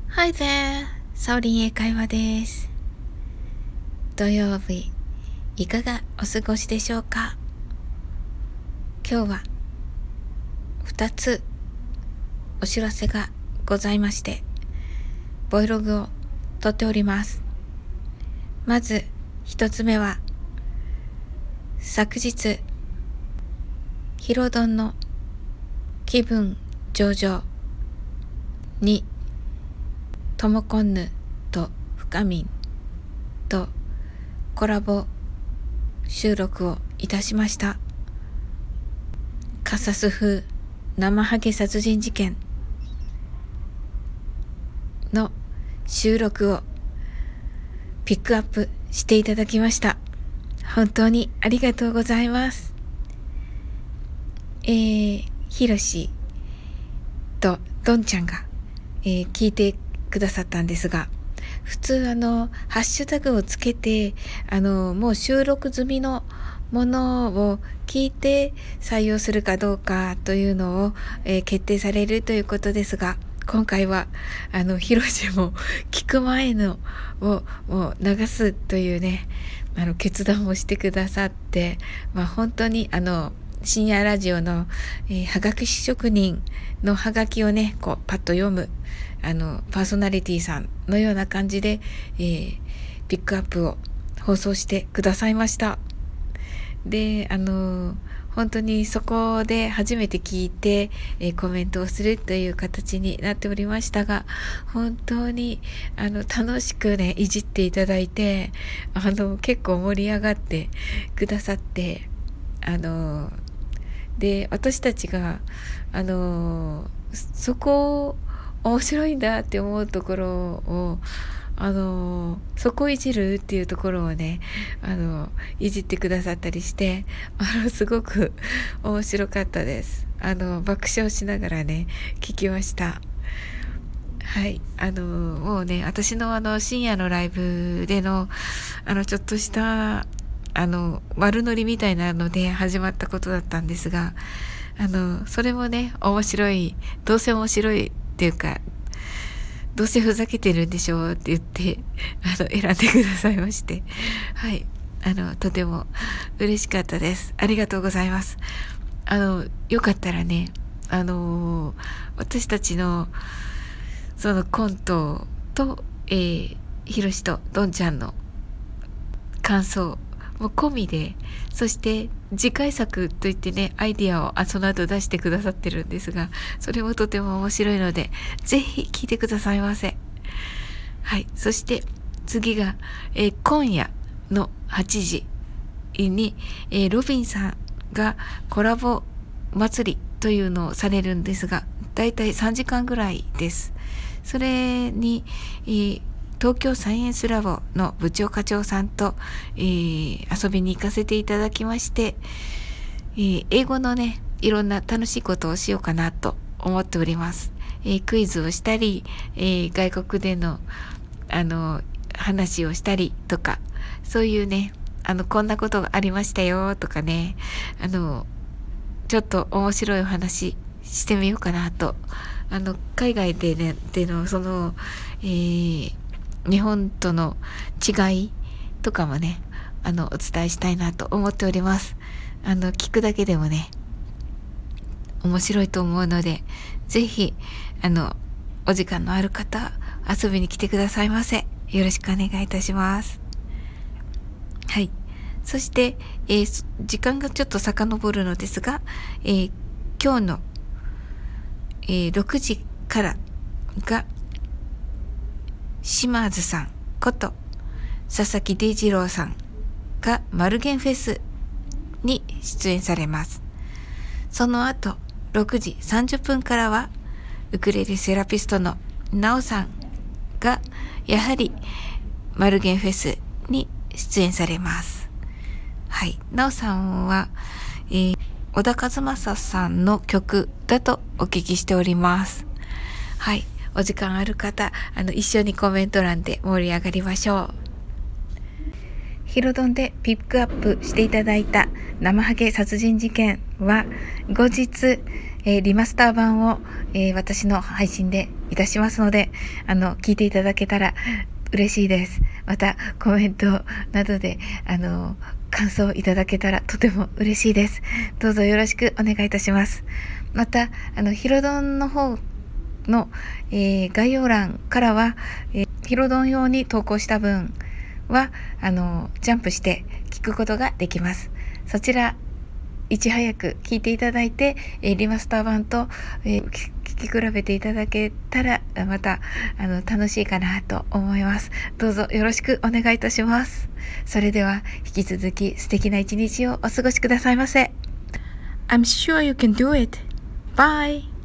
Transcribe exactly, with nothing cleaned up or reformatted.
Hi there! サオリン英会話です。土曜日、いかがお過ごしでしょうか？今日はふたつお知らせがございまして、ボイログを撮っております。まずひとつめは、昨日、ヒロドンの気分上々にともこんぬとふかみんとコラボ収録をいたしました。カサス風生ハゲ殺人事件の収録をピックアップしていただきました。本当にありがとうございます。えー、ひろしとどんちゃんが、えー、聞いてくださったんですが、普通あのハッシュタグをつけてあのもう収録済みのものを聞いて採用するかどうかというのを、えー、決定されるということですが、今回はあのヒロシも聞く前のをもう流すというね、あの決断をしてくださって、まあ、本当にあの深夜ラジオの、えー、はがき職人のはがきをねこうパッと読むあのパーソナリティさんのような感じで、えー、ピックアップを放送してくださいました。で、あの本当にそこで初めて聞いて、えー、コメントをするという形になっておりましたが、本当にあの楽しくねいじっていただいて、あの結構盛り上がってくださって、あので私たちがあのそこ面白いんだって思うところをあのそこをいじるっていうところをねあのいじってくださったりして、あのすごく面白かったです。あの爆笑しながらね聞きました。はい、あのもうね私のあの深夜のライブでのあのちょっとしたあの悪ノリみたいなので始まったことだったんですが、あのそれもね面白い、どうせ面白いっていうか、どうせふざけてるんでしょうって言ってあの選んでくださいまして、はい、あのとても嬉しかったです。ありがとうございます。あのよかったらね、あの私たちのそのコントと、えー、ひろしとどんちゃんの感想も込みで、そして次回作といってねアイディアをあその後出してくださってるんですが、それもとても面白いのでぜひ聞いてくださいませ。はい、そして次が、えー、今夜のはちじに、えー、ロビンさんがコラボ祭りというのをされるんですが、だいたいさんじかんぐらいです。それに、えー東京サイエンスラボの部長課長さんと、えー、遊びに行かせていただきまして、えー、英語のねいろんな楽しいことをしようかなと思っております。えー、クイズをしたり、えー、外国でのあの話をしたりとか、そういうねあのこんなことがありましたよとかね、あのちょっと面白いお話してみようかなと、あの海外でねでのその、えー日本との違いとかもねあのお伝えしたいなと思っております。あの聞くだけでもね面白いと思うので、ぜひあのお時間のある方遊びに来てくださいませ。よろしくお願いいたします。はい、そして、えー、時間がちょっと遡るのですが、えー、今日の、えー、ろくじからが島津さんこと佐々木デイジローさんがマルゲンフェスに出演されます。その後ろくじさんじゅっぷんからはウクレレセラピストのなおさんがやはりマルゲンフェスに出演されます。はい、なおさんは、えー、小田和正さんの曲だとお聞きしております。はい、お時間ある方、あの一緒にコメント欄で盛り上がりましょう。ヒロドンでピックアップしていただいた生ハゲ殺人事件は後日、えー、リマスター版を、えー、私の配信でいたしますので、あの、聞いていただけたら嬉しいです。また、コメントなどで、あの、感想いただけたらとても嬉しいです。どうぞよろしくお願いいたします。また、あの、ヒロドンの方の、えー、概要欄からは、えー、ヒロドン用に投稿した分は、あの、ジャンプして聞くことができます。そちら、いち早く聞いていただいて、えー、リマスター版と、えー、聞き比べていただけたら、また、あの、楽しいかなと思います。どうぞよろしくお願いいたします。それでは、引き続き素敵な一日をお過ごしくださいませ。I'm sure you can do it. Bye!